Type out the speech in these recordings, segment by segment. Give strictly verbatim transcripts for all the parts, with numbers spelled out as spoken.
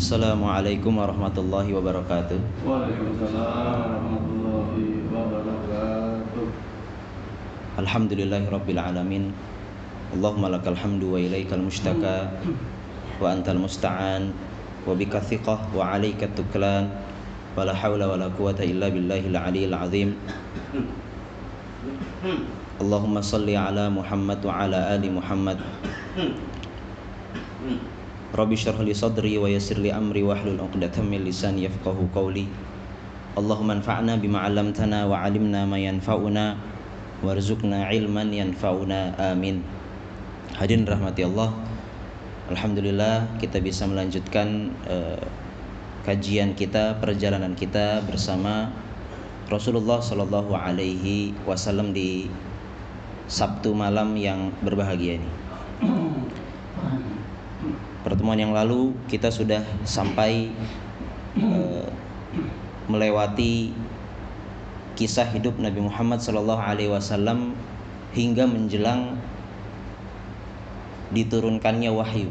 Assalamualaikum warahmatullahi wabarakatuh. Waalaikumsalam warahmatullahi wabarakatuh. Alhamdulillahi rabbil alamin. Allahumma lakal hamdu wa ilaikal mushtaka wa antal musta'an wa bika thiqah wa alaika tuklan wa la hawla wa la quwata illa billahil aliyyil azim. Allahumma salli ala Muhammad wa ala ali Muhammad. Rabbi syrah li sadri wa yassir li amri wahlul 'uqdatam min lisani yafqahu qawli. Allahumma anfa'na bima 'allamtana wa 'allimna ma yanfa'una warzuqna ilman yanfa'una, amin. Hadirin rahmati Allah, alhamdulillah kita bisa melanjutkan uh, kajian kita, perjalanan kita bersama Rasulullah sallallahu alaihi wasallam di Sabtu malam yang berbahagia ini. Pertemuan yang lalu kita sudah sampai uh, melewati kisah hidup Nabi Muhammad sallallahu alaihi wasallam hingga menjelang diturunkannya wahyu.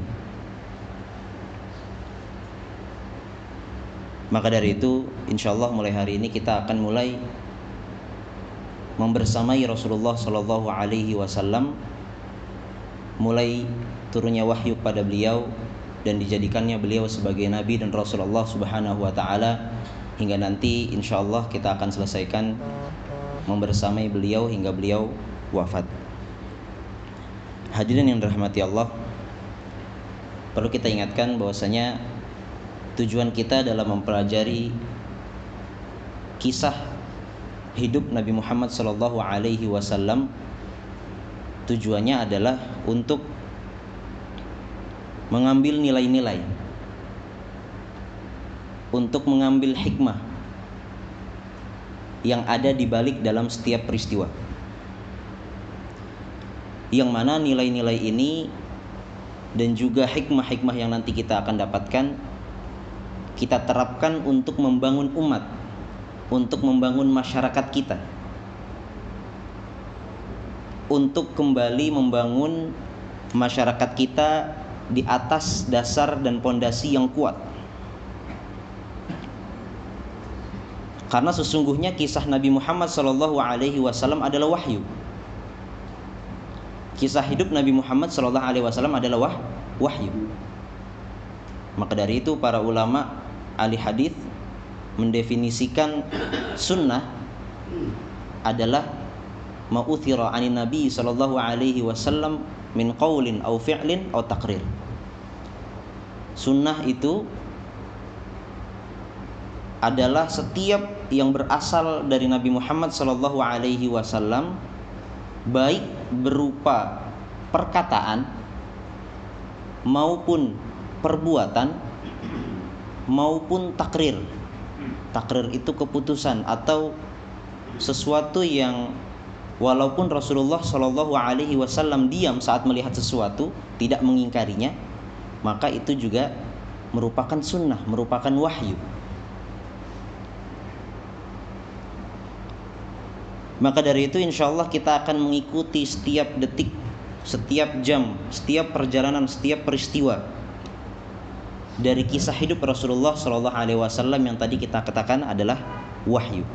Maka dari itu, insyaallah mulai hari ini kita akan mulai membersamai Rasulullah sallallahu alaihi wasallam, mulai turunnya wahyu pada beliau dan dijadikannya beliau sebagai nabi dan Rasulullah subhanahu wa ta'ala, hingga nanti insyaallah kita akan selesaikan membersamai beliau hingga beliau wafat. Hadirin yang dirahmati Allah, perlu kita ingatkan bahwasanya tujuan kita dalam mempelajari kisah hidup Nabi Muhammad sallallahu alaihi wasallam, tujuannya adalah untuk mengambil nilai-nilai, untuk mengambil hikmah yang ada di balik dalam setiap peristiwa, yang mana nilai-nilai ini dan juga hikmah-hikmah yang nanti kita akan dapatkan, kita terapkan untuk membangun umat, untuk membangun masyarakat kita, untuk kembali membangun masyarakat kita di atas dasar dan pondasi yang kuat. Karena sesungguhnya kisah Nabi Muhammad sallallahu alaihi wasallam adalah wahyu. Kisah hidup Nabi Muhammad sallallahu alaihi wasallam adalah wah, wahyu. Maka dari itu para ulama ahli hadis mendefinisikan sunnah adalah ma'uthira 'anin Nabi sallallahu alaihi wasallam min qaulin au fi'lin au taqrir. Sunnah itu adalah setiap yang berasal dari Nabi Muhammad sallallahu alaihi wasallam, baik berupa perkataan maupun perbuatan maupun takrir. Takrir itu keputusan atau sesuatu yang walaupun Rasulullah sallallahu alaihi wasallam diam saat melihat sesuatu, tidak mengingkarinya, maka itu juga merupakan sunnah, merupakan wahyu. Maka dari itu insyaallah kita akan mengikuti setiap detik, setiap jam, setiap perjalanan, setiap peristiwa dari kisah hidup Rasulullah sallallahu alaihi wasallam yang tadi kita katakan adalah wahyu.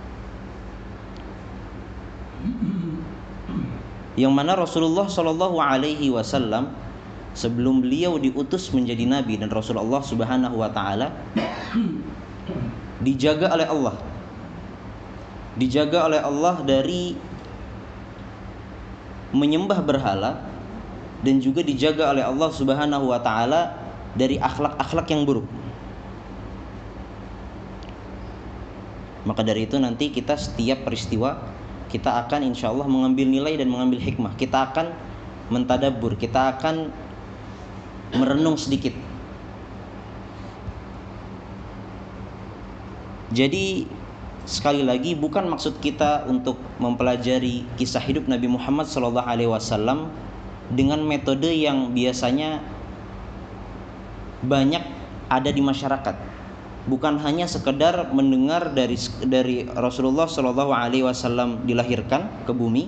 Yang mana Rasulullah sallallahu alaihi wasallam sebelum beliau diutus menjadi nabi dan Rasulullah subhanahu wa ta'ala, dijaga oleh Allah. Dijaga oleh Allah dari menyembah berhala, dan juga dijaga oleh Allah subhanahu wa ta'ala dari akhlak-akhlak yang buruk. Maka dari itu nanti kita setiap peristiwa kita akan insyaallah mengambil nilai dan mengambil hikmah. Kita akan mentadabbur, kita akan merenung sedikit. Jadi sekali lagi bukan maksud kita untuk mempelajari kisah hidup Nabi Muhammad sallallahu alaihi wasallam dengan metode yang biasanya banyak ada di masyarakat. Bukan hanya sekedar mendengar dari dari Rasulullah sallallahu alaihi wasallam dilahirkan ke bumi,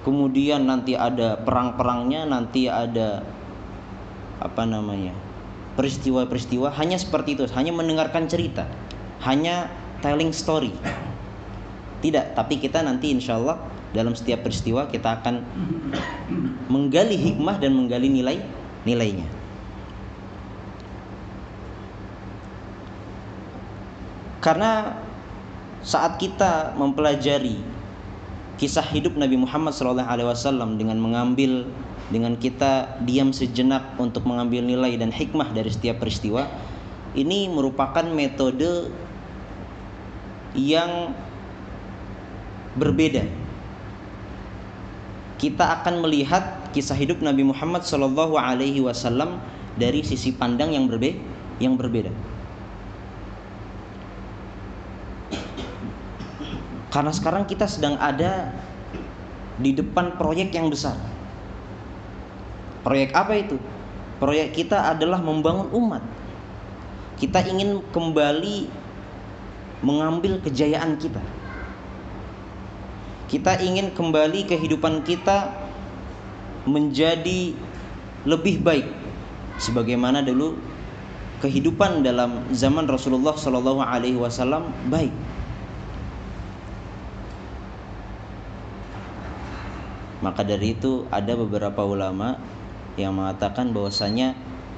kemudian nanti ada perang-perangnya, nanti ada apa namanya peristiwa-peristiwa hanya seperti itu, hanya mendengarkan cerita, hanya telling story. Tidak, tapi kita nanti insya Allah dalam setiap peristiwa kita akan menggali hikmah dan menggali nilai-nilainya. Karena saat kita mempelajari kisah hidup Nabi Muhammad shallallahu alaihi wasallam dengan mengambil, dengan kita diam sejenak untuk mengambil nilai dan hikmah dari setiap peristiwa, ini merupakan metode yang berbeda. Kita akan melihat kisah hidup Nabi Muhammad shallallahu alaihi wasallam dari sisi pandang yang berbe- yang berbeda. Karena sekarang kita sedang ada di depan proyek yang besar. Proyek apa itu? Proyek kita adalah membangun umat. Kita ingin kembali mengambil kejayaan kita. Kita ingin kembali kehidupan kita menjadi lebih baik sebagaimana dulu kehidupan dalam zaman Rasulullah shallallahu alaihi wasallam baik. Maka dari itu ada beberapa ulama yang mengatakan bahwasanya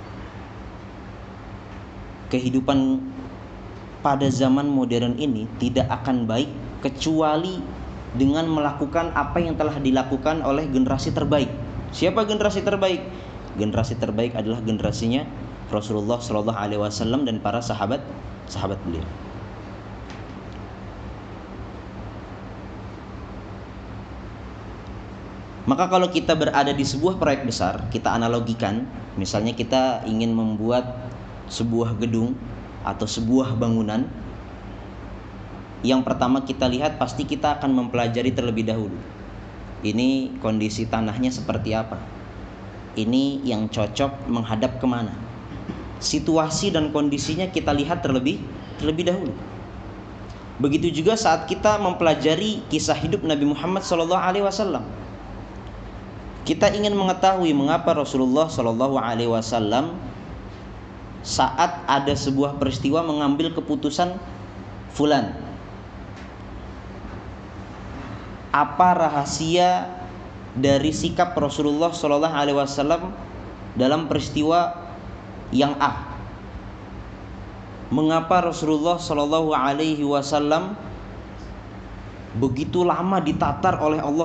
kehidupan pada zaman modern ini tidak akan baik kecuali dengan melakukan apa yang telah dilakukan oleh generasi terbaik. Siapa generasi terbaik? Generasi terbaik adalah generasinya Rasulullah shallallahu alaihi wasallam dan para sahabat sahabat beliau. Maka kalau kita berada di sebuah proyek besar, kita analogikan, misalnya kita ingin membuat sebuah gedung atau sebuah bangunan, yang pertama kita lihat pasti kita akan mempelajari terlebih dahulu. Ini kondisi tanahnya seperti apa? Ini yang cocok menghadap kemana? Situasi dan kondisinya kita lihat terlebih terlebih dahulu. Begitu juga saat kita mempelajari kisah hidup Nabi Muhammad shallallahu alaihi wasallam. Kita ingin mengetahui mengapa Rasulullah shallallahu alaihi wasallam saat ada sebuah peristiwa mengambil keputusan fulan. Apa rahasia dari sikap Rasulullah shallallahu alaihi wasallam dalam peristiwa yang A? Mengapa Rasulullah shallallahu alaihi wasallam begitu lama ditatar oleh Allah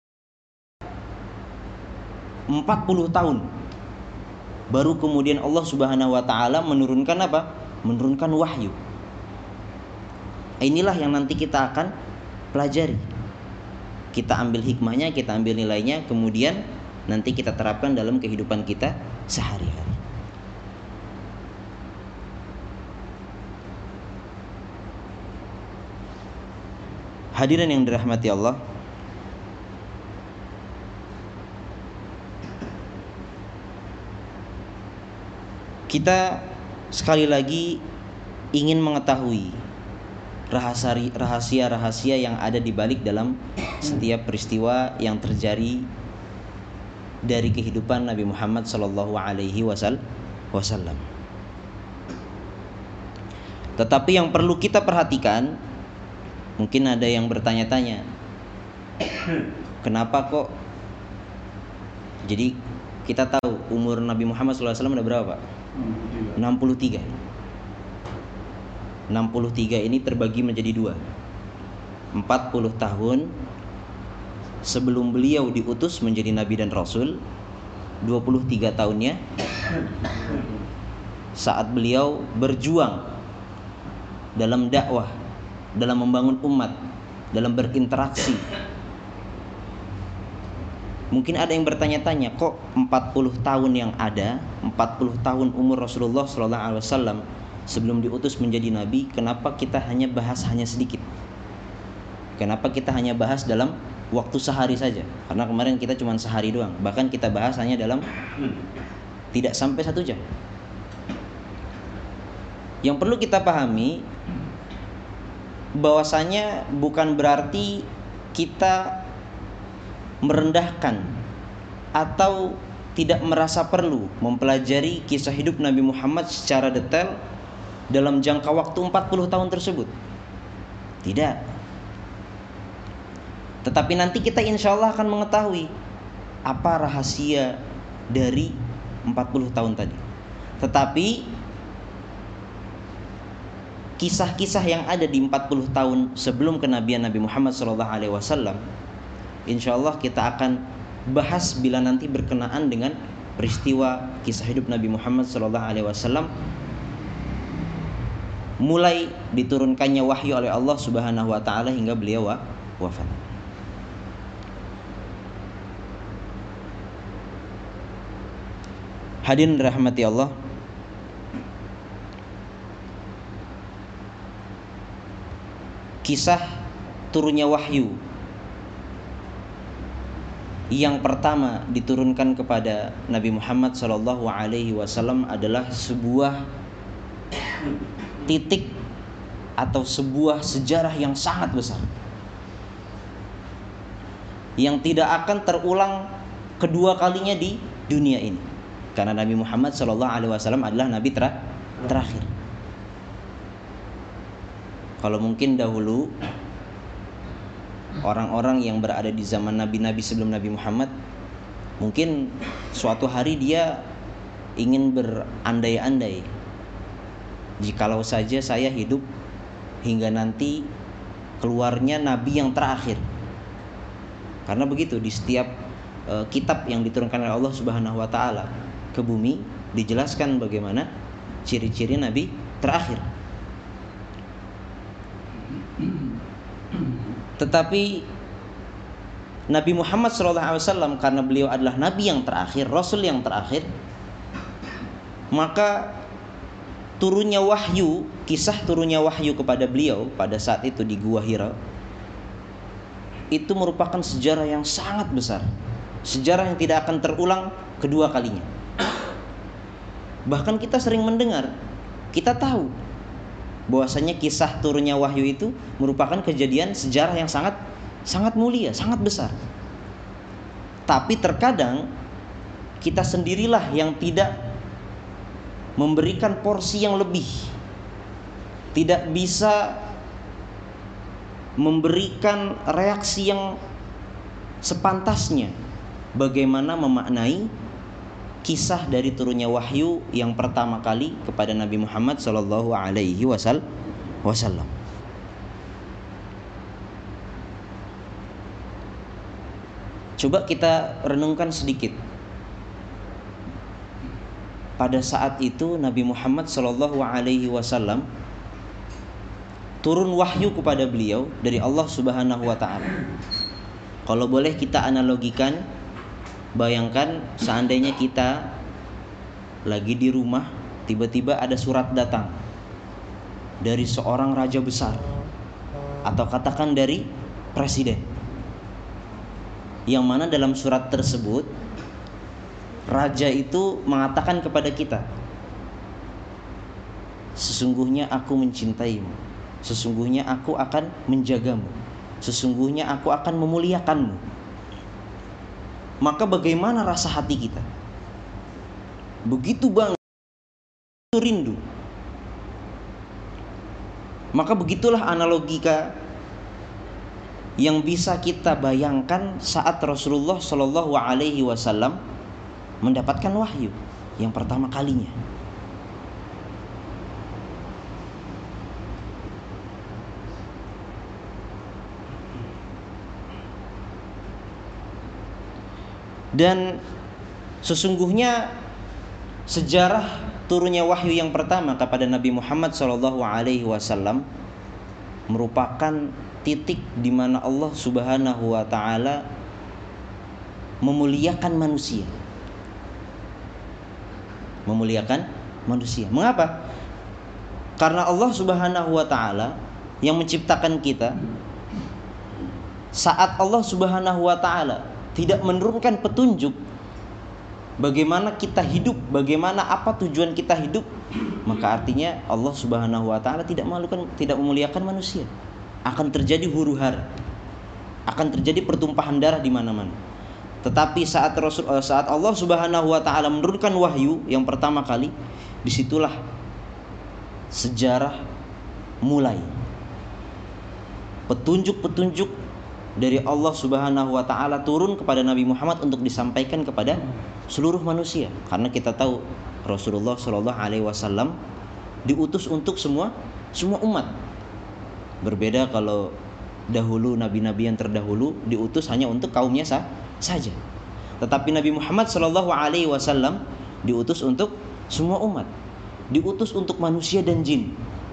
empat puluh tahun, baru kemudian Allah Subhanahu wa taala menurunkan apa? Menurunkan wahyu. Inilah yang nanti kita akan pelajari. Kita ambil hikmahnya, kita ambil nilainya, kemudian nanti kita terapkan dalam kehidupan kita sehari-hari. Hadirin yang dirahmati Allah, kita sekali lagi ingin mengetahui rahasia-rahasia yang ada di balik dalam setiap peristiwa yang terjadi dari kehidupan Nabi Muhammad shallallahu alaihi wasallam. Tetapi yang perlu kita perhatikan, mungkin ada yang bertanya-tanya, kenapa kok? Jadi kita tahu umur Nabi Muhammad shallallahu alaihi wasallam ada berapa, Pak? enam puluh tiga. enam puluh tiga ini terbagi menjadi dua. empat puluh tahun sebelum beliau diutus menjadi nabi dan rasul, dua puluh tiga tahunnya saat beliau berjuang dalam dakwah, dalam membangun umat, dalam berinteraksi. Mungkin ada yang bertanya-tanya, kok empat puluh tahun yang ada, empat puluh tahun umur Rasulullah shallallahu alaihi wasallam sebelum diutus menjadi nabi, kenapa kita hanya bahas hanya sedikit? Kenapa kita hanya bahas dalam waktu sehari saja? Karena kemarin kita cuma sehari doang, bahkan kita bahas hanya dalam tidak sampai satu jam. Yang perlu kita pahami bahwasanya bukan berarti kita merendahkan atau tidak merasa perlu mempelajari kisah hidup Nabi Muhammad secara detail dalam jangka waktu empat puluh tahun tersebut. Tidak. Tetapi nanti kita insya Allah akan mengetahui apa rahasia dari empat puluh tahun tadi. Tetapi kisah-kisah yang ada di empat puluh tahun sebelum kenabian Nabi Muhammad shallallahu alaihi wasallam, insya Allah kita akan bahas bila nanti berkenaan dengan peristiwa kisah hidup Nabi Muhammad shallallahu alaihi wasallam, mulai diturunkannya wahyu oleh Allah Subhanahu wa taala hingga beliau wafat. Hadirin rahmati Allah, kisah turunnya wahyu yang pertama diturunkan kepada Nabi Muhammad shallallahu alaihi wasallam adalah sebuah titik atau sebuah sejarah yang sangat besar, yang tidak akan terulang kedua kalinya di dunia ini, karena Nabi Muhammad shallallahu alaihi wasallam adalah Nabi ter- terakhir. Kalau mungkin dahulu orang-orang yang berada di zaman nabi-nabi sebelum Nabi Muhammad, mungkin suatu hari dia ingin berandai-andai, jikalau saja saya hidup hingga nanti keluarnya nabi yang terakhir. Karena begitu, di setiap uh, kitab yang diturunkan oleh Allah Subhanahu wa taala ke bumi dijelaskan bagaimana ciri-ciri nabi terakhir. Tetapi Nabi Muhammad shallallahu alaihi wasallam, karena beliau adalah nabi yang terakhir, rasul yang terakhir, maka turunnya wahyu, kisah turunnya wahyu kepada beliau pada saat itu di Gua Hira, itu merupakan sejarah yang sangat besar, sejarah yang tidak akan terulang kedua kalinya. Bahkan kita sering mendengar, kita tahu bahwasanya kisah turunnya wahyu itu merupakan kejadian sejarah yang sangat sangat mulia, sangat besar. Tapi terkadang kita sendirilah yang tidak memberikan porsi yang lebih, tidak bisa memberikan reaksi yang sepantasnya bagaimana memaknai kisah dari turunnya wahyu yang pertama kali kepada Nabi Muhammad shallallahu alaihi wasallam. Coba kita renungkan sedikit. Pada saat itu Nabi Muhammad shallallahu alaihi wasallam turun wahyu kepada beliau dari Allah Subhanahu wa taala. Kalau boleh kita analogikan, bayangkan seandainya kita lagi di rumah, tiba-tiba ada surat datang dari seorang raja besar, atau katakan dari presiden, yang mana dalam surat tersebut raja itu mengatakan kepada kita, sesungguhnya aku mencintaimu, sesungguhnya aku akan menjagamu, sesungguhnya aku akan memuliakanmu. Maka bagaimana rasa hati kita? Begitu banget, begitu rindu. Maka begitulah analogika yang bisa kita bayangkan saat Rasulullah Shallallahu Alaihi Wasallam mendapatkan wahyu yang pertama kalinya. Dan sesungguhnya sejarah turunnya wahyu yang pertama kepada Nabi Muhammad shallallahu alaihi wasallam merupakan titik di mana Allah Subhanahu wa taala memuliakan manusia. Memuliakan manusia. Mengapa? Karena Allah Subhanahu wa taala yang menciptakan kita, saat Allah Subhanahu wa taala tidak menurunkan petunjuk bagaimana kita hidup, bagaimana apa tujuan kita hidup, maka artinya Allah Subhanahu wa taala tidak memuliakan, tidak memuliakan manusia. Akan terjadi huru-hara, akan terjadi pertumpahan darah di mana-mana. Tetapi saat Rasul saat Allah Subhanahu wa taala menurunkan wahyu yang pertama kali, disitulah sejarah mulai. Petunjuk-petunjuk dari Allah Subhanahu wa taala turun kepada Nabi Muhammad untuk disampaikan kepada seluruh manusia. Karena kita tahu Rasulullah shallallahu alaihi wasallam diutus untuk semua semua umat. Berbeda kalau dahulu nabi-nabi yang terdahulu diutus hanya untuk kaumnya sah, saja. Tetapi Nabi Muhammad shallallahu alaihi wasallam diutus untuk semua umat. Diutus untuk manusia dan jin.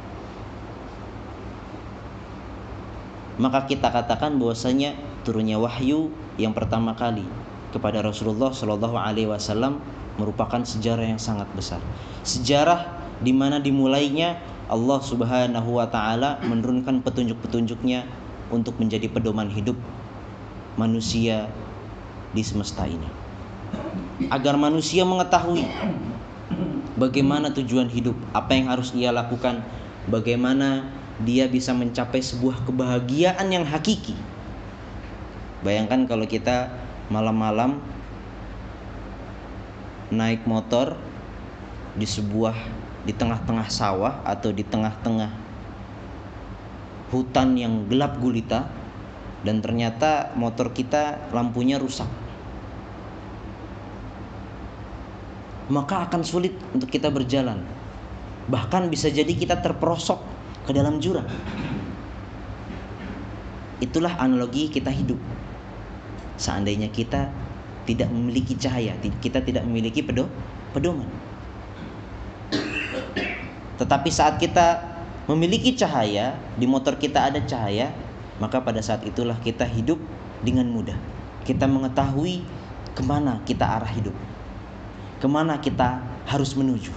Maka kita katakan bahwasanya turunnya wahyu yang pertama kali kepada Rasulullah shallallahu alaihi wasallam merupakan sejarah yang sangat besar. Sejarah di mana dimulainya Allah Subhanahu wa taala menurunkan petunjuk-petunjuknya untuk menjadi pedoman hidup manusia di semesta ini. Agar manusia mengetahui bagaimana tujuan hidup, apa yang harus ia lakukan, bagaimana dia bisa mencapai sebuah kebahagiaan yang hakiki. Bayangkan kalau kita malam-malam naik motor di sebuah di tengah-tengah sawah atau di tengah-tengah hutan yang gelap gulita, dan ternyata motor kita lampunya rusak. Maka akan sulit untuk kita berjalan. Bahkan bisa jadi kita terperosok ke dalam jurang. Itulah analogi kita hidup. Seandainya kita tidak memiliki cahaya, kita tidak memiliki pedo, pedoman. Tetapi saat kita memiliki cahaya, di motor kita ada cahaya, maka pada saat itulah kita hidup dengan mudah. Kita mengetahui kemana kita arah hidup, kemana kita harus menuju.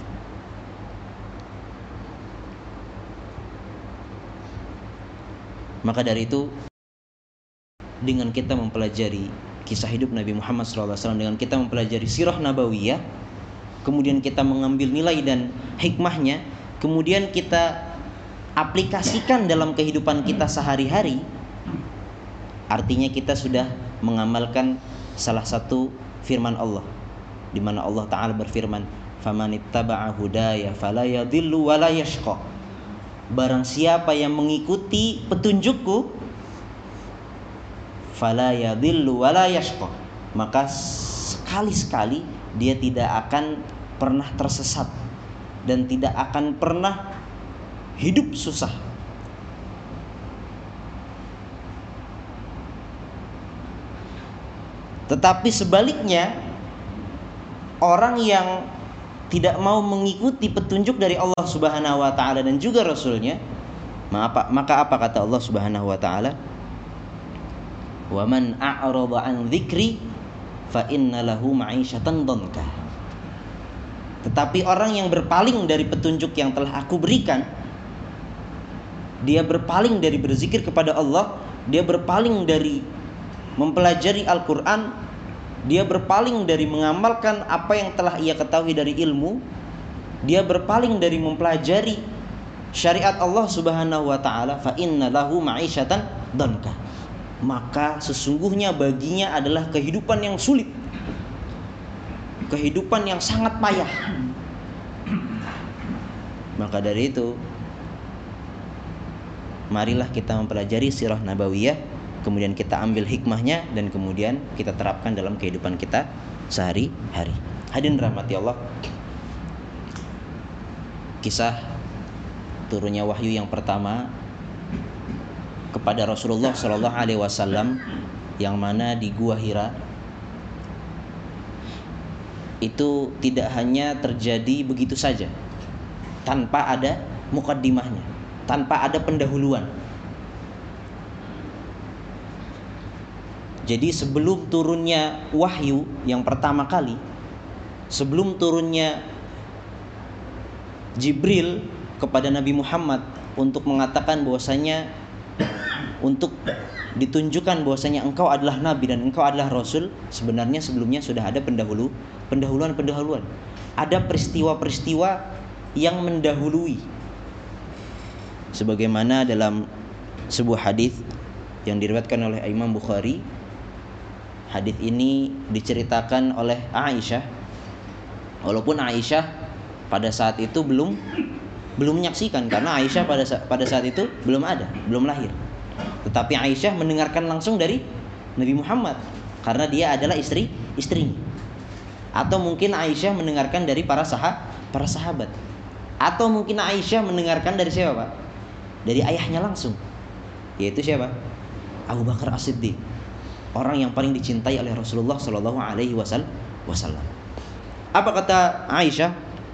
Maka dari itu, dengan kita mempelajari kisah hidup Nabi Muhammad shallallahu alaihi wasallam, dengan kita mempelajari sirah nabawiyah, kemudian kita mengambil nilai dan hikmahnya, kemudian kita aplikasikan dalam kehidupan kita sehari-hari, artinya kita sudah mengamalkan salah satu firman Allah, di mana Allah Ta'ala berfirman, "Famanittaba'a hudaya fala yadhillu wa la yashqa." Barang siapa yang mengikuti petunjukku, fala yadhillu wa la yashqa, maka sekali-sekali dia tidak akan pernah tersesat dan tidak akan pernah hidup susah. Tetapi sebaliknya, orang yang tidak mau mengikuti petunjuk dari Allah Subhanahu wa taala dan juga Rasulnya, maka apa kata Allah Subhanahu wa taala? "Wa man a'rada 'an dzikri fa inna lahu ma'isyatan dhanka." Tetapi orang yang berpaling dari petunjuk yang telah aku berikan, dia berpaling dari berzikir kepada Allah, dia berpaling dari mempelajari Al-Quran, dia berpaling dari mengamalkan apa yang telah ia ketahui dari ilmu, dia berpaling dari mempelajari syariat Allah Subhanahu wa taala, fa inna lahu ma'isyatan dhanka, maka sesungguhnya baginya adalah kehidupan yang sulit, kehidupan yang sangat payah. Maka dari itu, marilah kita mempelajari sirah nabawiyah, kemudian kita ambil hikmahnya dan kemudian kita terapkan dalam kehidupan kita sehari-hari. Hadirin rahmati Allah, kisah turunnya wahyu yang pertama kepada Rasulullah shallallahu alaihi wasallam, yang mana di Gua Hira, itu tidak hanya terjadi begitu saja, tanpa ada mukaddimahnya, tanpa ada pendahuluan. Jadi sebelum turunnya wahyu yang pertama kali, sebelum turunnya Jibril kepada Nabi Muhammad untuk mengatakan bahwasanya, untuk ditunjukkan bahwasanya engkau adalah nabi dan engkau adalah rasul, sebenarnya sebelumnya sudah ada pendahulu, pendahuluan-pendahuluan. Ada peristiwa-peristiwa yang mendahului. Sebagaimana dalam sebuah hadis yang diriwayatkan oleh Imam Bukhari, Hadis ini diceritakan oleh Aisyah. Walaupun Aisyah pada saat itu belum belum menyaksikan, karena Aisyah pada pada saat itu belum ada, belum lahir. Tetapi Aisyah mendengarkan langsung dari Nabi Muhammad karena dia adalah istri istrinya. Atau mungkin Aisyah mendengarkan dari para sahab, para sahabat. Atau mungkin Aisyah mendengarkan dari siapa, Pak? Dari ayahnya langsung. Yaitu siapa? Abu Bakar As-Siddiq. Orang yang paling dicintai oleh Rasulullah Shallallahu Alaihi Wasallam. Apa kata Aisyah?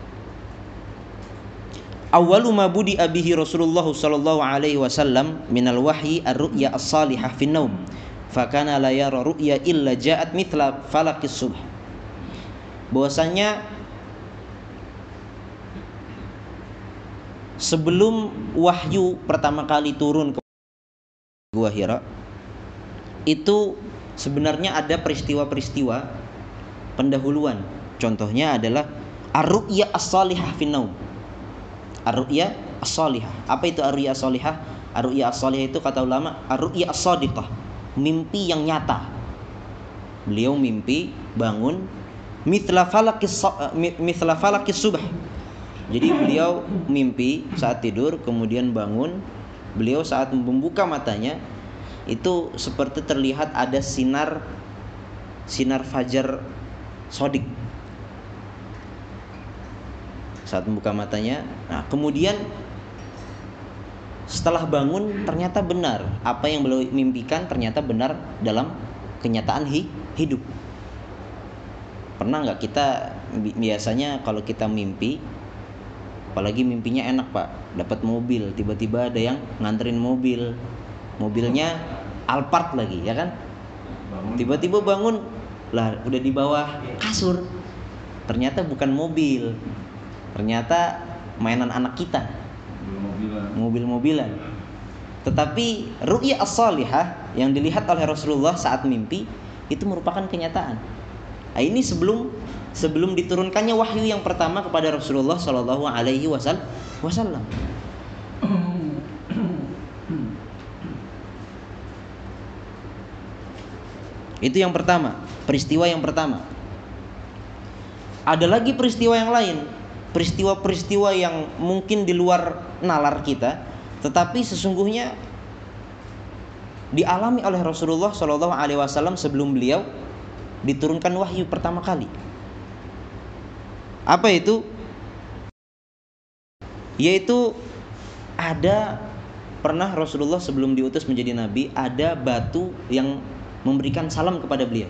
Awwalu ma budi abihi Rasulullah Shallallahu Alaihi Wasallam minal wahyi ar-ru'ya as-salihah fin naum. Fakana la yara ru'ya illa ja'at mithla falakis subh. Bahwasanya sebelum wahyu pertama kali turun ke Gua Hira, itu sebenarnya ada peristiwa-peristiwa pendahuluan. Contohnya adalah ar-ru'ya as-salihah fin naum. Ar-ru'ya as-salihah. Apa itu ar-ru'ya as-salihah? Ar-ru'ya as-salihah itu kata ulama ar-ru'ya as-sadiqah, mimpi yang nyata. Beliau mimpi bangun mithla falakis mithla falakis subh. Jadi beliau mimpi saat tidur, kemudian bangun. Beliau saat membuka matanya itu seperti terlihat ada sinar sinar fajar sodik saat membuka matanya. Nah, kemudian setelah bangun ternyata benar apa yang beliau mimpikan, ternyata benar dalam kenyataan hi, hidup. Pernah nggak kita biasanya kalau kita mimpi, apalagi mimpinya enak, Pak, dapat mobil, tiba-tiba ada yang nganterin mobil, mobilnya Alphard lagi, ya kan? Tiba-tiba bangun, lah udah di bawah kasur, ternyata bukan mobil, ternyata mainan anak kita, mobil-mobilan. Tetapi ru'ya as-salihah yang dilihat oleh Rasulullah saat mimpi itu merupakan kenyataan. Nah, ini sebelum sebelum diturunkannya wahyu yang pertama kepada Rasulullah Shallallahu Alaihi Wasallam. Itu yang pertama, peristiwa yang pertama. Ada lagi peristiwa yang lain, peristiwa-peristiwa yang mungkin di luar nalar kita, tetapi sesungguhnya dialami oleh Rasulullah Shallallahu Alaihi Wasallam sebelum beliau diturunkan wahyu pertama kali. Apa itu? Yaitu ada pernah Rasulullah sebelum diutus menjadi nabi, ada batu yang memberikan salam kepada beliau.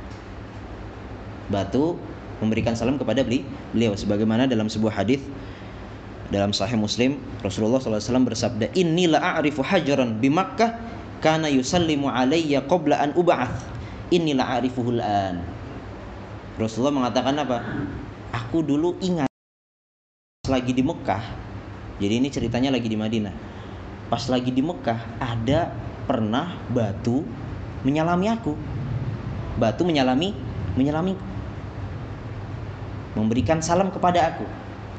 Batu memberikan salam kepada beliau, sebagaimana dalam sebuah hadis dalam Sahih Muslim, Rasulullah shallallahu alaihi wasallam bersabda, "Inni la a'rifu hajaran bi Makkah kana yusallimu alayya qabla an ub'ats. Inni la a'rifuhu al-an." Rasulullah mengatakan apa? Aku dulu ingat lagi di Mekah. Jadi ini ceritanya lagi di Madinah. Pas lagi di Mekah ada pernah batu menyalami aku. Batu menyalami menyalami memberikan salam kepada aku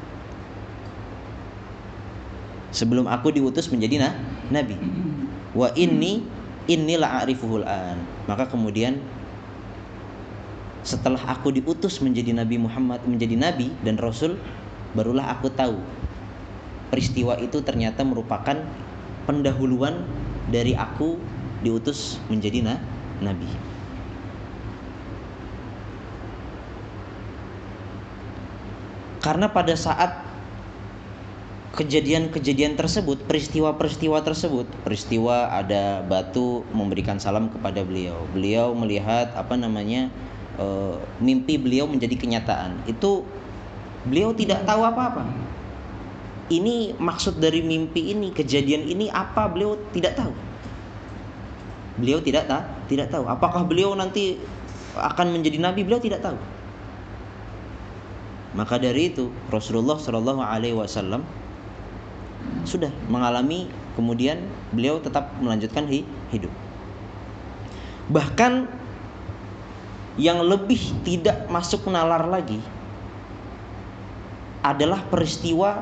sebelum aku diutus menjadi na, nabi. Wa inni inni la a'rifuhul an. Maka kemudian setelah aku diutus menjadi Nabi Muhammad, menjadi nabi dan rasul, barulah aku tahu peristiwa itu ternyata merupakan pendahuluan dari aku diutus menjadi na, nabi. Karena pada saat kejadian-kejadian tersebut, peristiwa-peristiwa tersebut, peristiwa ada batu memberikan salam kepada beliau, beliau melihat apa namanya e, mimpi beliau menjadi kenyataan. Itu beliau tidak tahu apa-apa. Ini maksud dari mimpi ini, kejadian ini apa, beliau tidak tahu. Beliau tidak tahu, tidak tahu. Apakah beliau nanti akan menjadi nabi, beliau tidak tahu. Maka dari itu Rasulullah Shallallahu Alaihi Wasallam sudah mengalami, kemudian beliau tetap melanjutkan hidup. Bahkan yang lebih tidak masuk nalar lagi adalah peristiwa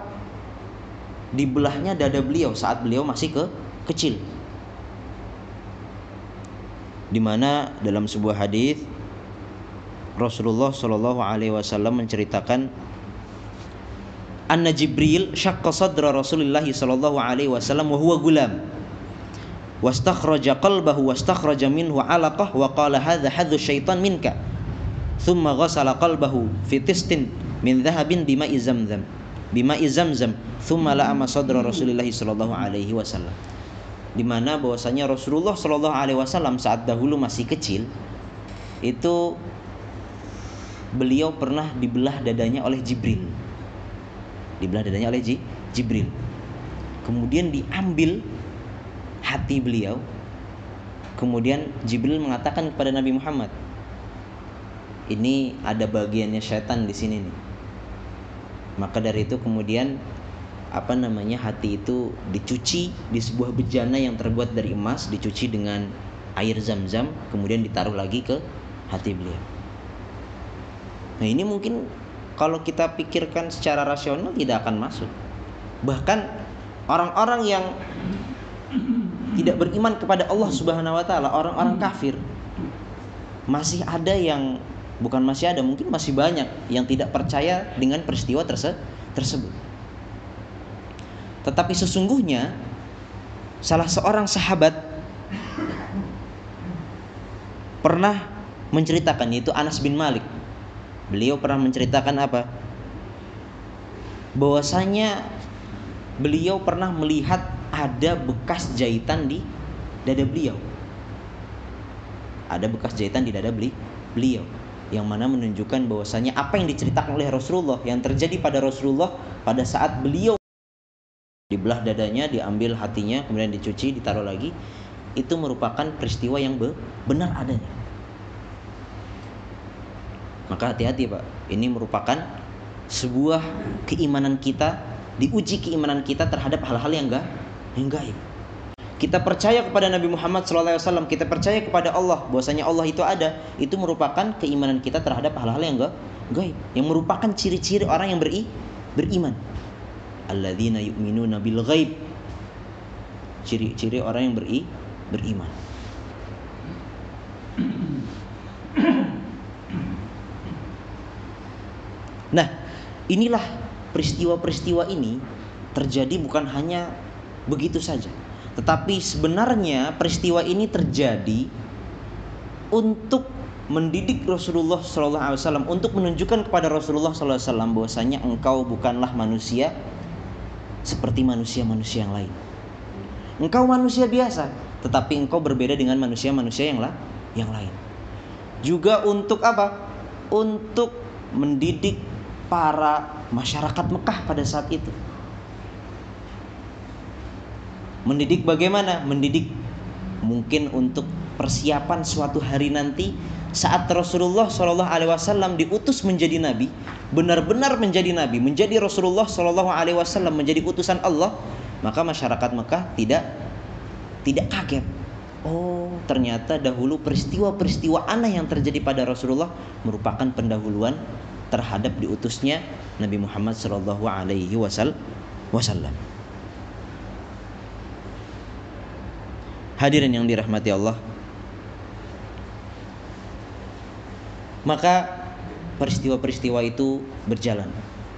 dibelahnya dada beliau saat beliau masih ke kecil. di mana dalam sebuah hadis Rasulullah Shallallahu Alaihi Wasallam menceritakan, Anna Jibril syaqqa sadra Rasulullah Shallallahu Alaihi Wasallam wa huwa gulam, wastakhraja qalbahu wastakhraja minhu alaqah wa qala hadza hadzu syaitan minka, thumma ghassala qalbahu fi tistin min dhahabin bima'i zamzam bima'i zamzam thumma la'ama sadra Rasulullah Shallallahu Alaihi Wasallam. Di mana bahwasanya Rasulullah Shallallahu Alaihi Wasallam saat dahulu masih kecil itu beliau pernah dibelah dadanya oleh Jibril. Dibelah dadanya oleh Jibril. Kemudian diambil hati beliau. Kemudian Jibril mengatakan kepada Nabi Muhammad, ini ada bagiannya syaitan di sini nih. Maka dari itu kemudian apa namanya hati itu dicuci di sebuah bejana yang terbuat dari emas, dicuci dengan air zam-zam, kemudian ditaruh lagi ke hati beliau. Nah ini mungkin kalau kita pikirkan secara rasional tidak akan masuk. Bahkan orang-orang yang tidak beriman kepada Allah Subhanahu Wa Taala, orang-orang kafir, masih ada yang bukan masih ada, mungkin masih banyak yang tidak percaya dengan peristiwa terse- tersebut. Tetapi sesungguhnya salah seorang sahabat pernah menceritakan, yaitu Anas bin Malik. Beliau pernah menceritakan apa? Bahwasanya beliau pernah melihat ada bekas jahitan di dada beliau. Ada bekas jahitan di dada beli, beliau, yang mana menunjukkan bahwasanya apa yang diceritakan oleh Rasulullah, yang terjadi pada Rasulullah pada saat beliau dibelah dadanya, diambil hatinya, kemudian dicuci, ditaruh lagi, itu merupakan peristiwa yang be- benar adanya. Maka hati-hati Pak, ini merupakan sebuah keimanan kita, diuji keimanan kita terhadap hal-hal yang enggak, yang gaib. Kita percaya kepada Nabi Muhammad shallallahu alaihi wasallam, kita percaya kepada Allah, bahwasanya Allah itu ada, itu merupakan keimanan kita terhadap hal-hal yang enggak gaib, yang merupakan ciri-ciri orang yang beri, beriman. Alladzina yu'minuna bil ghaib, ciri-ciri orang yang beri, beriman. Nah, inilah peristiwa-peristiwa ini terjadi bukan hanya begitu saja, tetapi sebenarnya peristiwa ini terjadi untuk mendidik Rasulullah shallallahu alaihi wasallam, untuk menunjukkan kepada Rasulullah shallallahu alaihi wasallam bahwasanya engkau bukanlah manusia seperti manusia-manusia yang lain. Engkau manusia biasa, tetapi engkau berbeda dengan manusia-manusia yang, la- yang lain. Juga untuk apa? Untuk mendidik para masyarakat Mekah pada saat itu. Mendidik bagaimana? Mendidik mungkin untuk persiapan suatu hari nanti saat Rasulullah shallallahu alaihi wasallam diutus menjadi nabi, benar-benar menjadi nabi, menjadi Rasulullah shallallahu alaihi wasallam, menjadi utusan Allah, maka masyarakat Mekah tidak tidak kaget. Oh, ternyata dahulu peristiwa-peristiwa aneh yang terjadi pada Rasulullah merupakan pendahuluan terhadap diutusnya Nabi Muhammad shallallahu alaihi wasallam. Hadirin yang dirahmati Allah, maka peristiwa-peristiwa itu berjalan.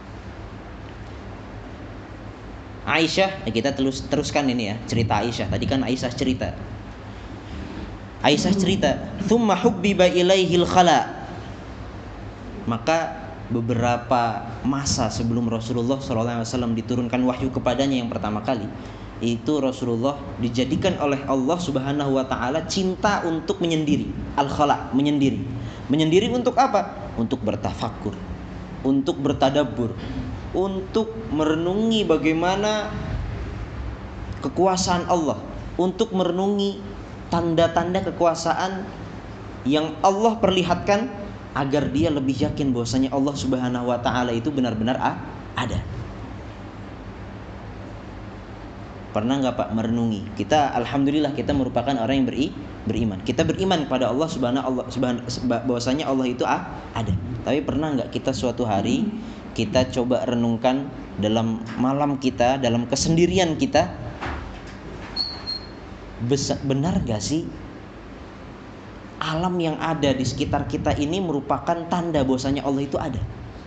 Aisyah, ya kita terus teruskan ini ya, cerita Aisyah. Tadi kan Aisyah cerita. Aisyah cerita, "Tsumma hubbiba ilaihil khala." Maka beberapa masa sebelum Rasulullah shallallahu alaihi wasallam diturunkan wahyu kepadanya yang pertama kali, itu Rasulullah dijadikan oleh Allah Subhanahu wa taala cinta untuk menyendiri, al-khala, menyendiri. Menyendiri untuk apa? Untuk bertafakur, untuk bertadabbur, untuk merenungi bagaimana kekuasaan Allah, untuk merenungi tanda-tanda kekuasaan yang Allah perlihatkan agar dia lebih yakin bahwasanya Allah Subhanahu wa taala itu benar-benar ada. Pernah nggak Pak merenungi? Kita alhamdulillah kita merupakan orang yang beri, beriman. Kita beriman kepada Allah Subhanahu Allah Subhanahu bahwasanya Allah itu ada. Tapi pernah nggak kita suatu hari kita coba renungkan dalam malam kita, dalam kesendirian kita, benar nggak sih alam yang ada di sekitar kita ini merupakan tanda bahwasanya Allah itu ada.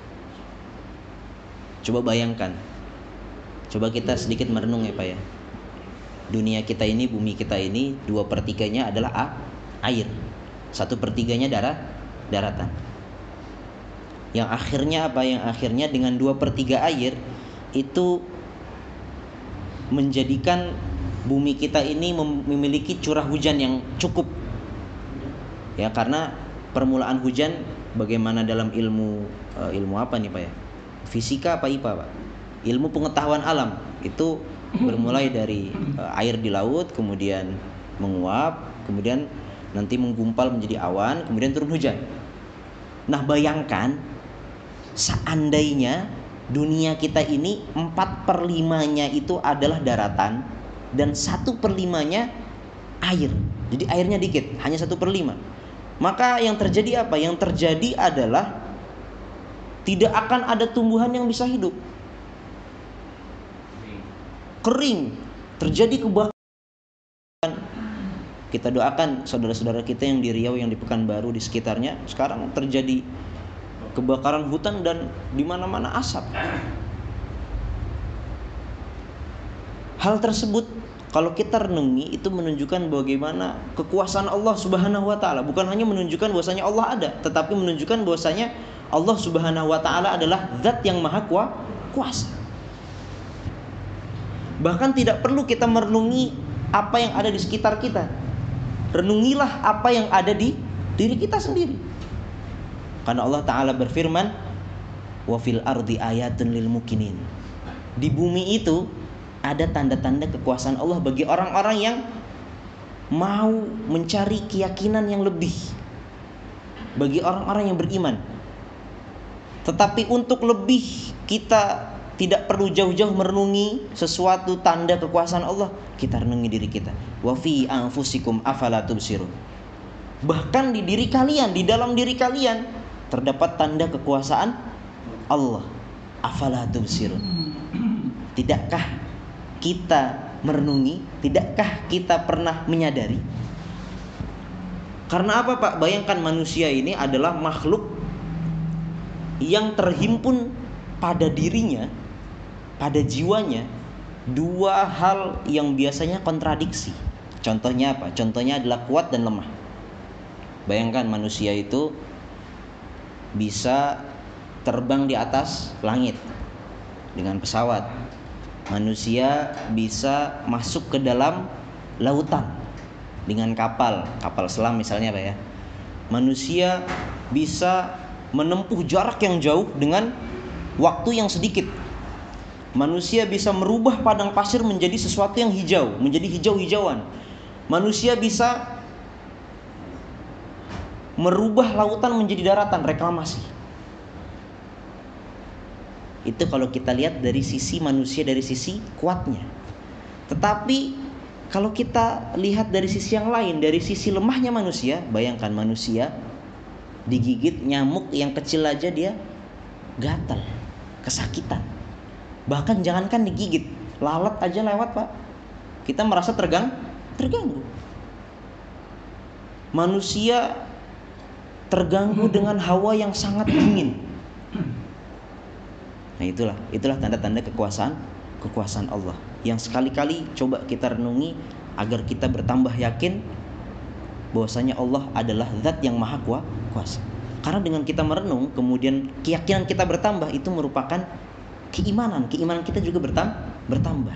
Coba bayangkan, coba kita sedikit merenung ya Pak ya. Dunia kita ini, bumi kita ini, dua per tiganya adalah a, air, satu per tiganya darat, daratan. Yang akhirnya apa? Yang akhirnya dengan dua per tiga air itu menjadikan bumi kita ini memiliki curah hujan yang cukup. Ya, karena permulaan hujan bagaimana dalam ilmu uh, ilmu apa nih Pak ya? Fisika apa I P A Pak? Ilmu pengetahuan alam itu bermulai dari uh, air di laut, kemudian menguap, kemudian nanti menggumpal menjadi awan, kemudian turun hujan. Nah, bayangkan seandainya dunia kita ini empat per limanya itu adalah daratan dan satu per limanya air. Jadi airnya dikit, hanya satu per lima. Maka yang terjadi apa? Yang terjadi adalah tidak akan ada tumbuhan yang bisa hidup. Kering, terjadi kebakaran. Kita doakan saudara-saudara kita yang di Riau, yang di Pekanbaru, di sekitarnya sekarang terjadi kebakaran hutan dan di mana-mana asap. Hal tersebut kalau kita renungi itu menunjukkan bagaimana kekuasaan Allah Subhanahu wa taala, bukan hanya menunjukkan bahwasanya Allah ada, tetapi menunjukkan bahwasanya Allah Subhanahu wa taala adalah zat yang maha kuasa. Bahkan tidak perlu kita merenungi apa yang ada di sekitar kita. Renungilah apa yang ada di diri kita sendiri. Karena Allah Ta'ala berfirman, wa fil ardi ayatun lil mukinin. Di bumi itu ada tanda-tanda kekuasaan Allah bagi orang-orang yang mau mencari keyakinan yang lebih, bagi orang-orang yang beriman. Tetapi untuk lebih, kita tidak perlu jauh-jauh merenungi sesuatu tanda kekuasaan Allah. Kita renungi diri kita. Wa fi anfusikum afala tubsirun. Bahkan di diri kalian, di dalam diri kalian terdapat tanda kekuasaan Allah. Afala tubsirun. Tidakkah kita merenungi? Tidakkah kita pernah menyadari? Karena apa Pak? Bayangkan manusia ini adalah makhluk yang terhimpun pada dirinya, pada jiwanya, dua hal yang biasanya kontradiksi. Contohnya apa? Contohnya adalah kuat dan lemah. Bayangkan manusia itu bisa terbang di atas langit dengan pesawat. Manusia bisa masuk ke dalam lautan dengan kapal, kapal selam misalnya Pak ya. Manusia bisa menempuh jarak yang jauh dengan waktu yang sedikit. Manusia bisa merubah padang pasir menjadi sesuatu yang hijau, menjadi hijau-hijauan. Manusia bisa merubah lautan menjadi daratan, reklamasi. Itu kalau kita lihat dari sisi manusia, dari sisi kuatnya. Tetapi kalau kita lihat dari sisi yang lain, dari sisi lemahnya manusia, bayangkan manusia digigit nyamuk yang kecil aja dia gatal, kesakitan. Bahkan jangankan digigit, lalat aja lewat Pak, kita merasa tergang, terganggu. Manusia terganggu dengan hawa yang sangat dingin. Nah itulah, itulah tanda-tanda kekuasaan, kekuasaan Allah yang sekali-kali coba kita renungi agar kita bertambah yakin bahwasanya Allah adalah zat yang maha kuasa. Karena dengan kita merenung, kemudian keyakinan kita bertambah, itu merupakan keimanan. Keimanan kita juga bertambah, bertambah.